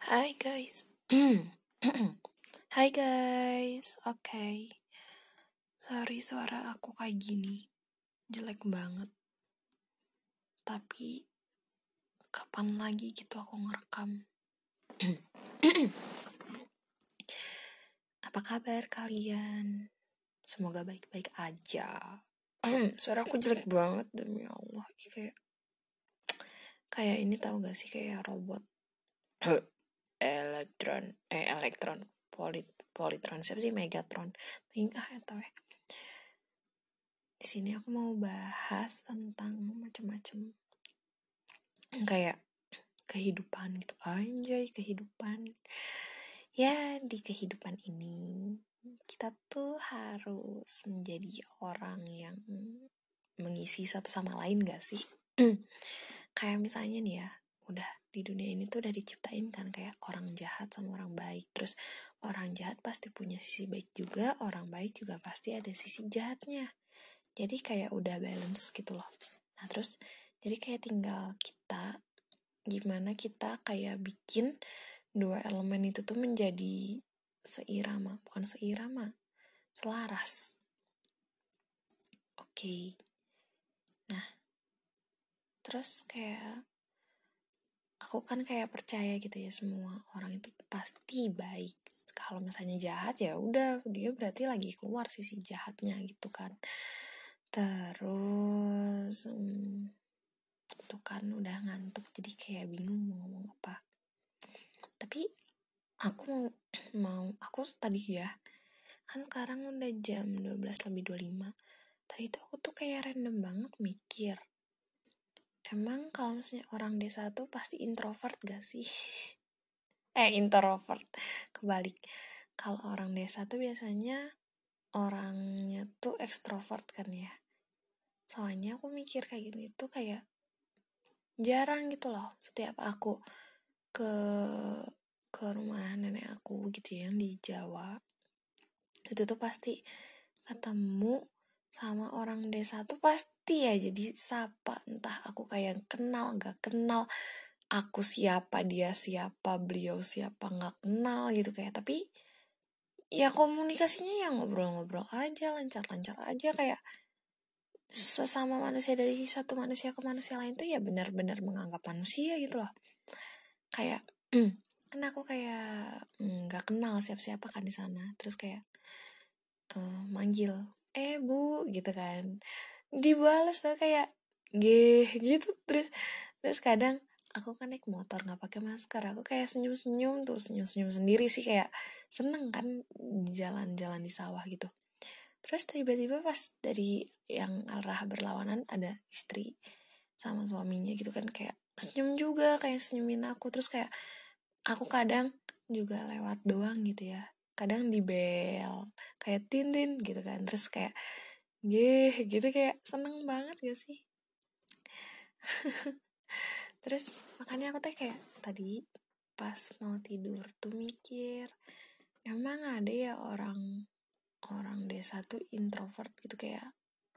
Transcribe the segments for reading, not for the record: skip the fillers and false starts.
Hai guys. Hai guys. Oke. Sorry suara aku kayak gini. Jelek banget. Tapi kapan lagi gitu aku ngerekam. Apa kabar kalian? Semoga baik-baik aja. Suara aku jelek banget demi Allah. Kayak ini tahu gak sih, kayak robot. elektron Politron siapa sih, Megatron tingkah atau di sini aku mau bahas tentang macam-macam kayak kehidupan gitu. Anjay, kehidupan. Ya, di kehidupan ini kita tuh harus menjadi orang yang mengisi satu sama lain gak sih? Kayak misalnya nih ya, udah di dunia ini tuh udah diciptain kan kayak orang jahat sama orang baik. Terus orang jahat pasti punya sisi baik juga, orang baik juga pasti ada sisi jahatnya. Jadi kayak udah balance gitu loh. Nah terus jadi kayak tinggal kita gimana kita kayak bikin dua elemen itu tuh menjadi selaras. Oke. Nah terus kayak aku kan kayak percaya gitu ya, semua orang itu pasti baik. Kalau misalnya jahat ya udah, dia berarti lagi keluar sisi jahatnya gitu kan. Terus itu kan udah ngantuk jadi kayak bingung mau ngomong apa. Tapi aku tadi ya, kan sekarang udah jam 12:25. Tadi itu aku tuh kayak random banget mikir, emang kalau misalnya orang desa tuh pasti introvert gak sih? Introvert, kebalik. Kalau orang desa tuh biasanya orangnya tuh ekstrovert kan ya. Soalnya aku mikir kayak gini tuh kayak jarang gitu loh. Setiap aku ke rumah nenek aku gitu ya, yang di Jawa, itu tuh pasti ketemu sama orang desa tuh pasti ya jadi sapa. Entah aku kayak kenal gak kenal, aku siapa, dia siapa, beliau siapa, gak kenal gitu kayak. Tapi ya komunikasinya ya ngobrol-ngobrol aja, lancar-lancar aja, kayak sesama manusia dari satu manusia ke manusia lain tuh ya benar-benar menganggap manusia gitu loh. Kayak kan aku kayak nggak kenal siapa-siapa kan di sana. Terus kayak manggil bu gitu kan, dibales tuh kayak gitu. Terus kadang aku kan naik motor nggak pakai masker, aku kayak senyum sendiri sih, kayak seneng kan jalan-jalan di sawah gitu. Terus tiba-tiba pas dari yang arah berlawanan ada istri sama suaminya gitu kan, kayak senyum juga, kayak senyumin aku. Terus kayak aku kadang juga lewat doang gitu ya, kadang dibel kayak tintin gitu kan. Terus kayak gitu, kayak seneng banget gak sih? Terus makanya aku tuh kayak tadi pas mau tidur tuh mikir, emang ada ya orang desa tuh introvert gitu, kayak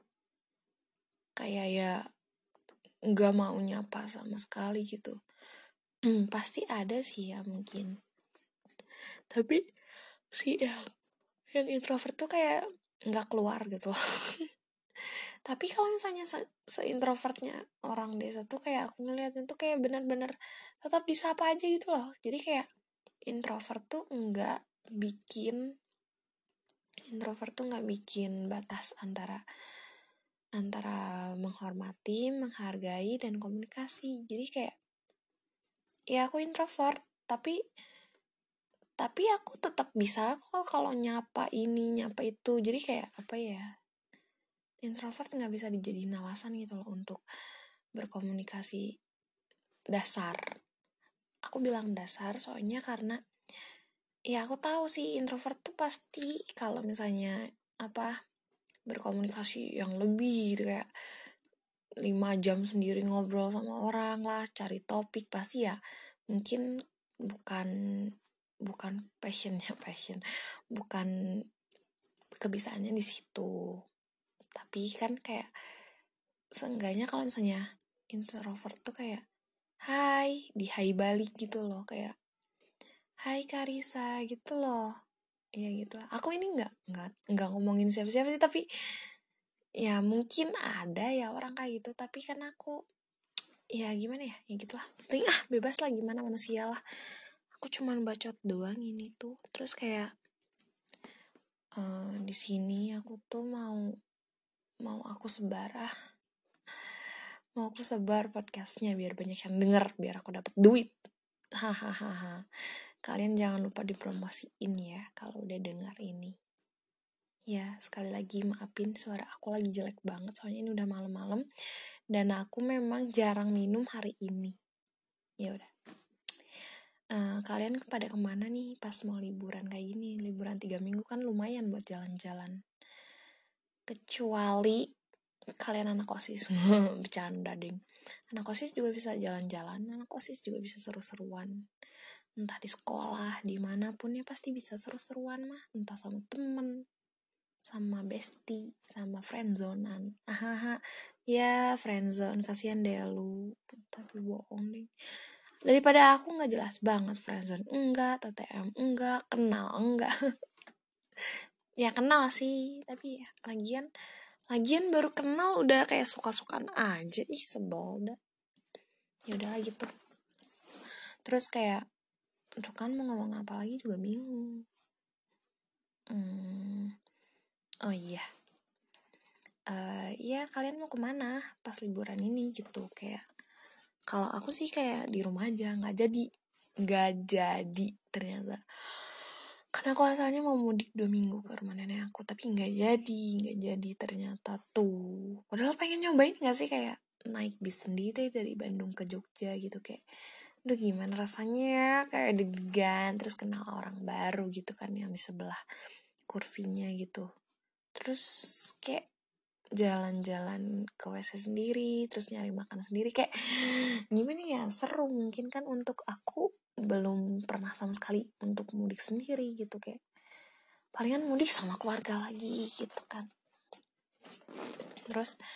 ya nggak mau nyapa sama sekali gitu. Pasti ada sih ya mungkin, tapi si yang introvert tuh kayak nggak keluar gitu loh. Tapi kalau misalnya se-introvertnya orang desa tuh kayak aku ngeliatnya tuh kayak benar-benar tetap disapa aja gitu loh. Jadi kayak introvert tuh nggak bikin batas antara menghormati, menghargai, dan komunikasi. Jadi kayak ya aku introvert, tapi aku tetap bisa kok kalau nyapa ini nyapa itu. Jadi kayak apa ya, introvert nggak bisa dijadiin alasan gitu loh untuk berkomunikasi dasar. Aku bilang dasar soalnya karena ya aku tahu sih introvert tuh pasti kalau misalnya berkomunikasi yang lebih gitu, kayak 5 jam sendiri ngobrol sama orang lah, cari topik, pasti ya mungkin bukan passion, bukan kebisaannya di situ. Tapi kan kayak seenggaknya kalau misalnya introvert tuh kayak hai, di hai balik gitu loh, kayak hai Karisa gitu loh. Ya gitu lah. Aku ini nggak ngomongin siapa-siapa sih, tapi ya mungkin ada ya orang kayak gitu, tapi kan aku ya gimana ya gitulah. Bebas lah, gimana manusia lah. Aku cuman bacot doang ini tuh. Terus kayak di sini aku tuh mau aku sebar podcastnya biar banyak yang denger, biar aku dapat duit. Hahaha. Kalian jangan lupa dipromosiin ya kalau udah dengar ini. Ya, sekali lagi maafin suara aku lagi jelek banget soalnya ini udah malam-malam dan aku memang jarang minum hari ini. Ya udah. Kalian pada kemana nih pas mau liburan kayak gini? Liburan 3 minggu kan lumayan buat jalan-jalan. Kecuali kalian anak OSIS. Bercanda deng. Anak OSIS juga bisa jalan-jalan, anak OSIS juga bisa seru-seruan. Entah di sekolah, dimanapun ya pasti bisa seru-seruan mah. Entah sama temen, sama bestie, sama friendzonean. Ya friendzone, kasihan deh lu. Tapi bohong deh. Daripada aku nggak jelas banget, friendzone enggak, TTM enggak, kenal enggak. Ya kenal sih, tapi ya lagian baru kenal udah kayak suka-sukaan aja, sebel dah. Ya udah gitu. Terus kayak tuh kan mau ngomong apa lagi juga bingung. Oh iya. Ya kalian mau kemana pas liburan ini gitu? Kayak kalau aku sih kayak di rumah aja, nggak jadi ternyata. Karena aku asalnya mau mudik 2 minggu ke rumah nenek aku, tapi nggak jadi ternyata tuh. Padahal pengen nyobain nggak sih kayak naik bis sendiri dari Bandung ke Jogja gitu, kayak udah gimana rasanya, kayak deg-degan, terus kenal orang baru gitu kan yang di sebelah kursinya gitu. Terus kayak jalan-jalan ke WC sendiri, terus nyari makan sendiri, kayak gimana ya, seru. Mungkin kan untuk aku belum pernah sama sekali untuk mudik sendiri gitu, kayak palingan mudik sama keluarga lagi gitu kan. Terus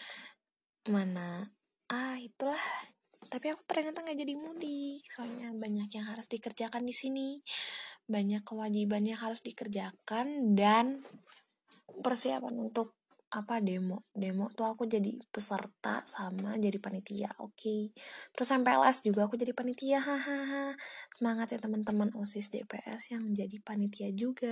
itulah, tapi aku ternyata nggak jadi mudik soalnya banyak yang harus dikerjakan di sini, banyak kewajiban yang harus dikerjakan dan persiapan untuk demo tuh aku jadi peserta sama jadi panitia. Oke. Terus MPLS juga aku jadi panitia. Hahaha. Semangat ya teman-teman OSIS DPS yang jadi panitia juga.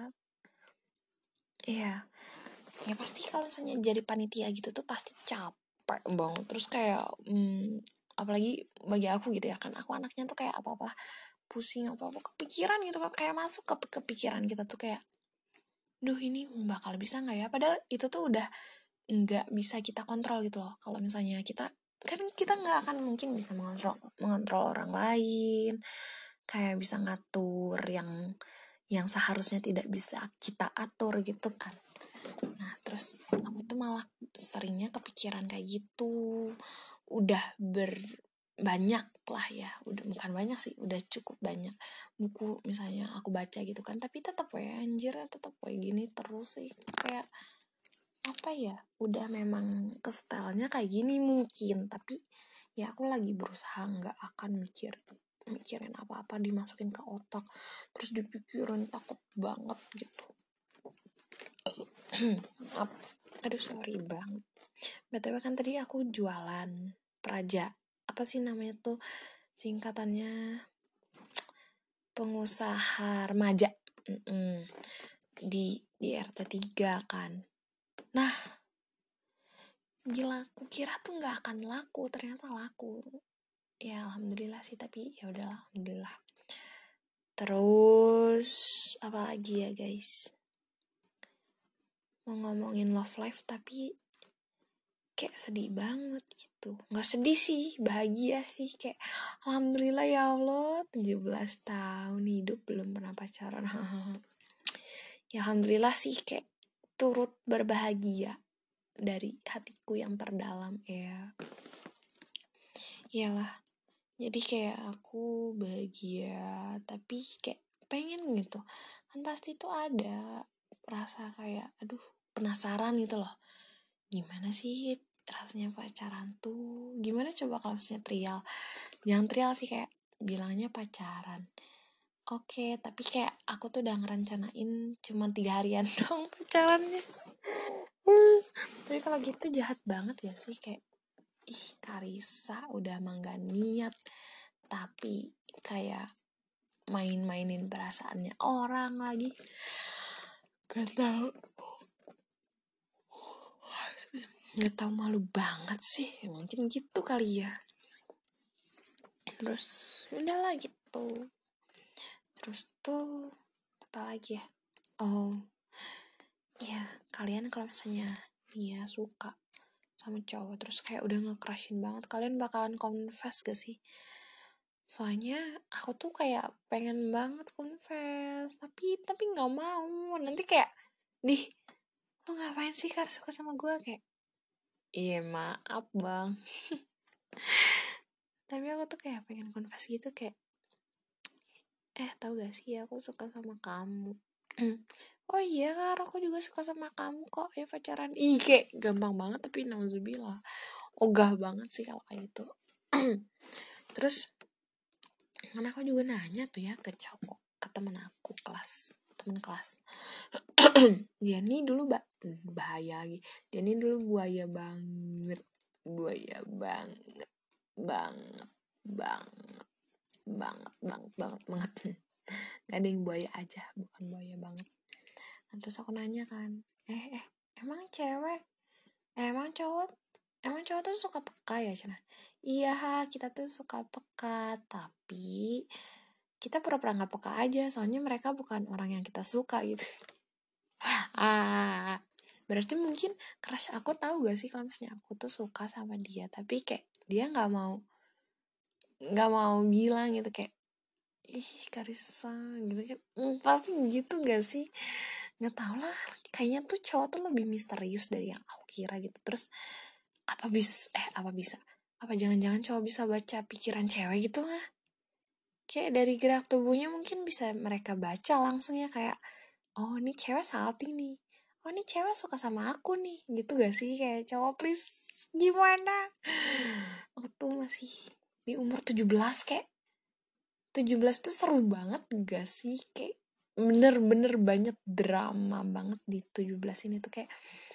Iya. Ya pasti kalau misalnya jadi panitia gitu tuh pasti capek banget. Terus kayak apalagi bagi aku gitu ya kan, aku anaknya tuh kayak apa-apa pusing, apa-apa kepikiran gitu, kayak masuk ke kepikiran kita tuh kayak duh ini bakal bisa nggak ya, padahal itu tuh udah nggak bisa kita kontrol gitu loh. Kalau misalnya kita nggak akan mungkin bisa mengontrol orang lain, kayak bisa ngatur yang seharusnya tidak bisa kita atur gitu kan. Nah terus aku tuh malah seringnya kepikiran kayak gitu. Udah banyak lah ya, udah bukan banyak sih, udah cukup banyak buku misalnya aku baca gitu kan, tapi tetap tetap gini terus sih, kayak apa ya, udah memang ke-stylenya kayak gini mungkin, tapi ya aku lagi berusaha nggak akan mikirin apa-apa dimasukin ke otak terus dipikirin, takut banget gitu. Aduh sorry banget. BTW kan tadi aku jualan Praja, apa sih namanya tuh singkatannya, pengusaha remaja di RT 3 kan. Nah gila, aku kira tuh nggak akan laku, ternyata laku. Ya alhamdulillah sih, tapi ya udahlah alhamdulillah. Terus apa lagi ya guys, mau ngomongin love life tapi kayak sedih banget gitu. Nggak sedih sih, bahagia sih, kayak alhamdulillah ya Allah 17 tahun hidup belum pernah pacaran. Ya alhamdulillah sih, kayak turut berbahagia dari hatiku yang terdalam ya. Iyalah, jadi kayak aku bahagia tapi kayak pengen gitu kan, pasti tuh ada rasa kayak aduh penasaran gitu loh, gimana sih rasanya pacaran tuh, gimana coba kalau misalnya trial, jangan trial sih, kayak bilangnya pacaran, oke, tapi kayak aku tuh udah ngerencanain cuma 3 harian dong pacarannya. Tapi kalau gitu jahat banget ya sih, kayak ih Karissa udah mah gak niat, tapi kayak main-mainin perasaannya orang lagi. Gak tahu malu banget sih, mungkin gitu kali ya. Terus udahlah gitu. Terus tuh apa lagi ya, oh ya kalian kalau misalnya dia suka sama cowok terus kayak udah nge-crushin banget, kalian bakalan confess gak sih? Soalnya aku tuh kayak pengen banget confess, tapi nggak mau. Nanti kayak lu ngapain sih Kar suka sama gue, kayak iya maaf bang. Tapi aku tuh kayak pengen confess gitu, kayak tahu gak sih aku suka sama kamu. Oh iya Kar, aku juga suka sama kamu kok, ayo pacaran. Ih kayak gampang banget, tapi nauzubillah ogah banget sih kalau kayak gitu. Terus kan aku juga nanya tuh ya ke cowok, ke temen aku temen kelas. Dia nih dulu bahaya lagi, dia nih dulu buaya banget banget gak ada yang buaya aja, bukan buaya banget. Nah, terus aku nanya kan, emang cowok tuh suka peka ya Cina? Iya, kita tuh suka peka, tapi kita pura-pura gak peka aja, soalnya mereka bukan orang yang kita suka gitu. Berarti mungkin crush aku tahu gak sih kalau misalnya aku tuh suka sama dia, tapi kayak dia nggak mau bilang gitu, kayak ih Karissa gitu kan. Pasti gitu gak sih? Nggak tahu lah, kayaknya tuh cowok tuh lebih misterius dari yang aku kira gitu. Terus apa jangan-jangan cowok bisa baca pikiran cewek gitu lah, kayak dari gerak tubuhnya mungkin bisa mereka baca langsung ya, kayak oh ini cewek salting nih, oh ini cewek suka sama aku nih, gitu gak sih? Kayak cowok please gimana. Aku tuh masih di umur 17, kayak 17 tuh seru banget gak sih? Kayak bener-bener banyak drama banget di 17 ini tuh, kayak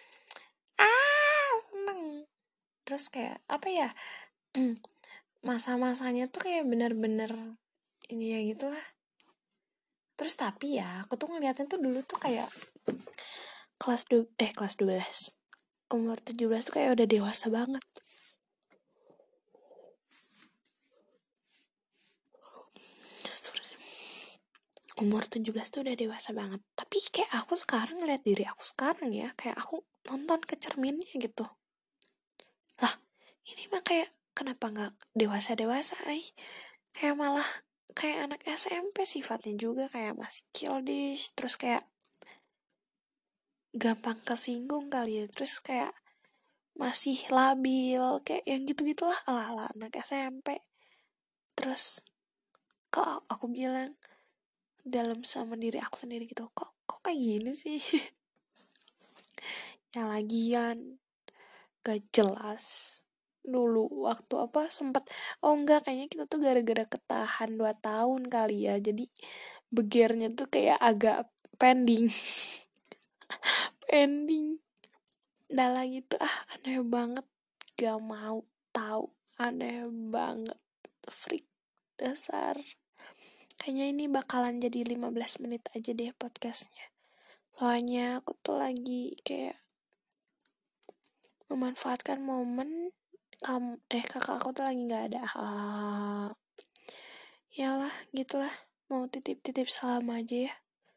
seneng. Terus kayak apa ya, masa-masanya tuh kayak bener-bener ini ya gitulah. Terus tapi ya aku tuh ngeliatnya tuh dulu tuh kayak kelas 12 umur 17 tuh kayak udah dewasa banget. Umur 17 tuh udah dewasa banget. Tapi kayak aku sekarang ngeliat diri aku sekarang ya, kayak aku nonton ke cerminnya gitu. Lah, ini mah kayak kenapa gak dewasa-dewasa, kayak malah kayak anak SMP sifatnya juga, kayak masih childish, terus kayak gampang kesinggung kali ya, terus kayak masih labil, kayak yang gitu-gitulah ala-ala anak SMP. Terus kok aku bilang dalam sama diri aku sendiri gitu, kok kayak gini sih. Yang lagian gak jelas dulu waktu apa sempet, enggak, kayaknya kita tuh gara-gara ketahan 2 tahun kali ya, jadi begernya tuh kayak agak pending. Dah lagi tuh aneh banget, gak mau tahu, aneh banget, freak dasar. Kayaknya ini bakalan jadi 15 menit aja deh podcastnya, soalnya aku tuh lagi kayak memanfaatkan momen kakak aku tuh lagi nggak ada. Yalah gitulah, mau titip salam aja ya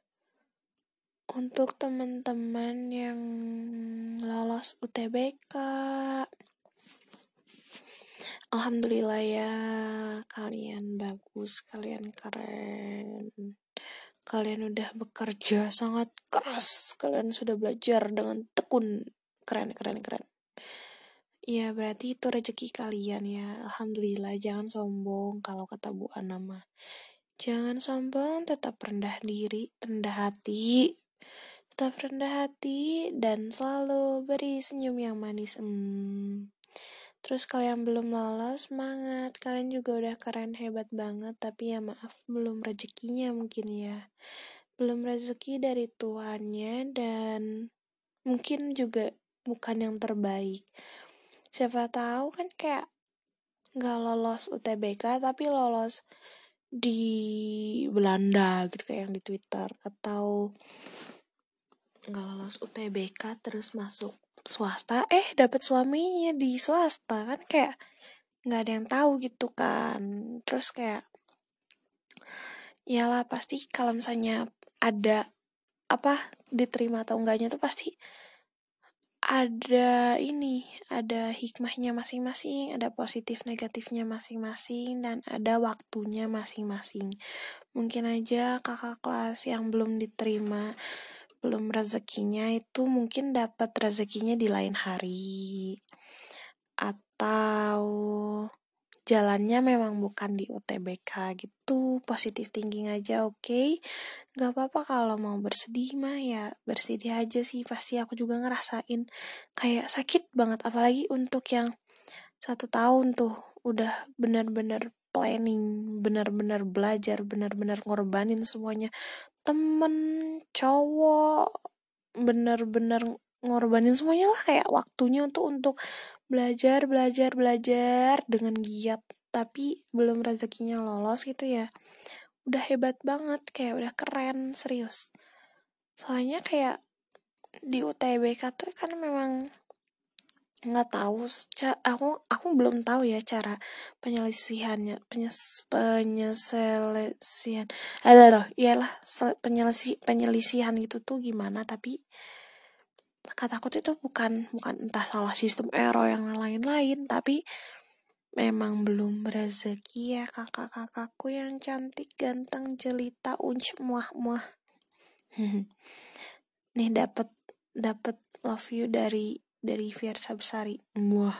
untuk teman-teman yang lolos UTBK. Alhamdulillah ya, kalian bagus, kalian keren, kalian udah bekerja sangat keras, kalian sudah belajar dengan tekun, keren. Ya berarti itu rezeki kalian ya, alhamdulillah. Jangan sombong, kalau kata Bu Ana mah jangan sombong, tetap rendah diri, rendah hati, dan selalu beri senyum yang manis. Terus kalian belum lolos, semangat. Kalian juga udah keren, hebat banget. Tapi ya maaf, belum rezekinya mungkin ya. Belum rezeki dari Tuhannya dan mungkin juga bukan yang terbaik. Siapa tahu kan kayak gak lolos UTBK tapi lolos di Belanda gitu kayak yang di Twitter. Atau gak lolos UTBK terus masuk swasta dapat suaminya di swasta kan kayak nggak ada yang tahu gitu kan. Terus kayak iyalah pasti kalau misalnya ada diterima atau enggaknya tuh pasti ada hikmahnya masing-masing, ada positif negatifnya masing-masing, dan ada waktunya masing-masing. Mungkin aja kakak kelas yang belum diterima, belum rezekinya itu mungkin dapat rezekinya di lain hari. Atau jalannya memang bukan di UTBK gitu. Positive thinking aja, oke? Gak apa-apa kalau mau bersedih mah ya bersedih aja sih. Pasti aku juga ngerasain kayak sakit banget. Apalagi untuk yang 1 tahun tuh udah benar-benar planning, benar-benar belajar, benar-benar ngorbanin semuanya. Temen, cowok, benar-benar ngorbanin semuanya lah, kayak waktunya untuk belajar dengan giat, tapi belum rezekinya lolos gitu ya. Udah hebat banget, kayak udah keren, serius. Soalnya kayak di UTBK tuh kan memang nggak tahu, aku belum tahu ya cara penyelisihannya, penyelisihan, iyalah penyelisihan itu tuh gimana, tapi kataku tuh itu bukan entah salah sistem error yang lain-lain, tapi memang belum rezeki ya kakak-kakakku yang cantik, ganteng, jelita, muah. Nih dapat love you dari Fiersa Besari. Muah.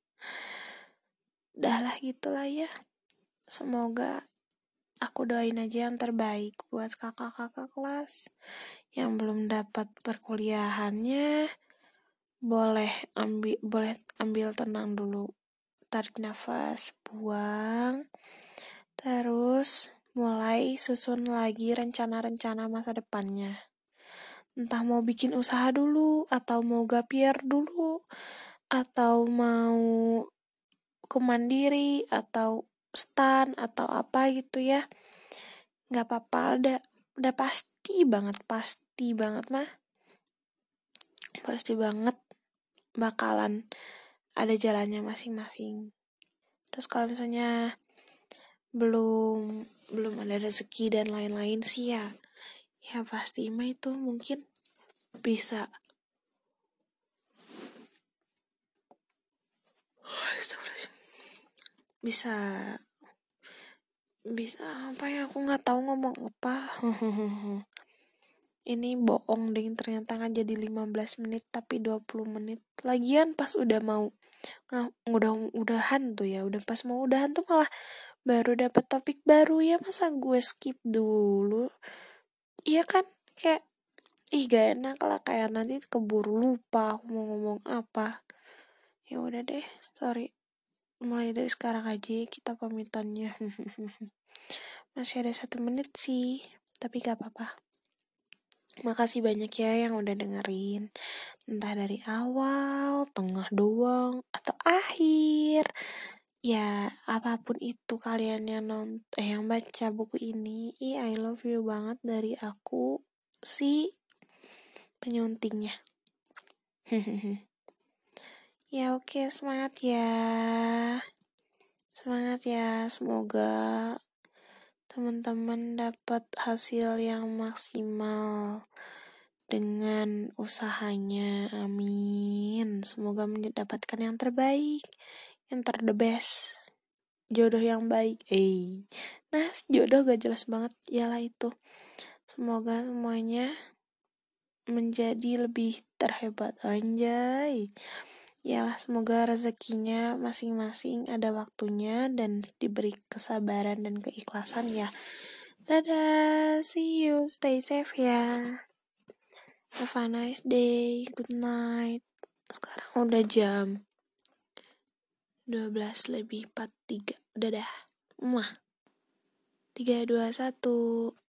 Dah lah gitulah ya. Semoga aku doain aja yang terbaik buat kakak-kakak kelas yang belum dapat perkuliahannya. Boleh ambil tenang dulu. Tarik nafas, buang. Terus mulai susun lagi rencana-rencana masa depannya. Entah mau bikin usaha dulu, atau mau gap year dulu, atau mau ke mandiri, atau stan, atau apa gitu ya. Gak apa-apa, udah pasti banget mah. Pasti banget bakalan ada jalannya masing-masing. Terus kalau misalnya belum ada rezeki dan lain-lain sih ya pasti mah itu mungkin bisa apa ya, aku nggak tahu ngomong apa. Ini bohong ding, ternyata nggak jadi 15 menit tapi 20 menit. Lagian pas udah mau udahan tuh ya, udah pas mau udahan tuh malah baru dapet topik baru ya, masa gue skip dulu. Iya kan, kayak gak enak lah, kayak nanti keburu lupa aku mau ngomong apa. Ya udah deh, sorry. Mulai dari sekarang aja kita pamitannya. Masih ada 1 menit sih, tapi gak apa-apa. Makasih banyak ya yang udah dengerin, entah dari awal, tengah doang, atau akhir. Ya, apapun itu kalian yang baca buku ini, I love you banget dari aku, si penyuntingnya. Ya oke, semangat ya, semoga teman-teman dapat hasil yang maksimal dengan usahanya, amin. Semoga mendapatkan yang terbaik, yang the best, jodoh yang baik. Nah, jodoh gak jelas banget, yalah itu. Semoga semuanya menjadi lebih terhebat, anjay. Yalah, semoga rezekinya masing-masing ada waktunya dan diberi kesabaran dan keikhlasan ya. Dadah, see you, stay safe ya. Have a nice day, good night. Sekarang udah jam 12 lebih 43. Dadah. Muah. 3, 2, 1.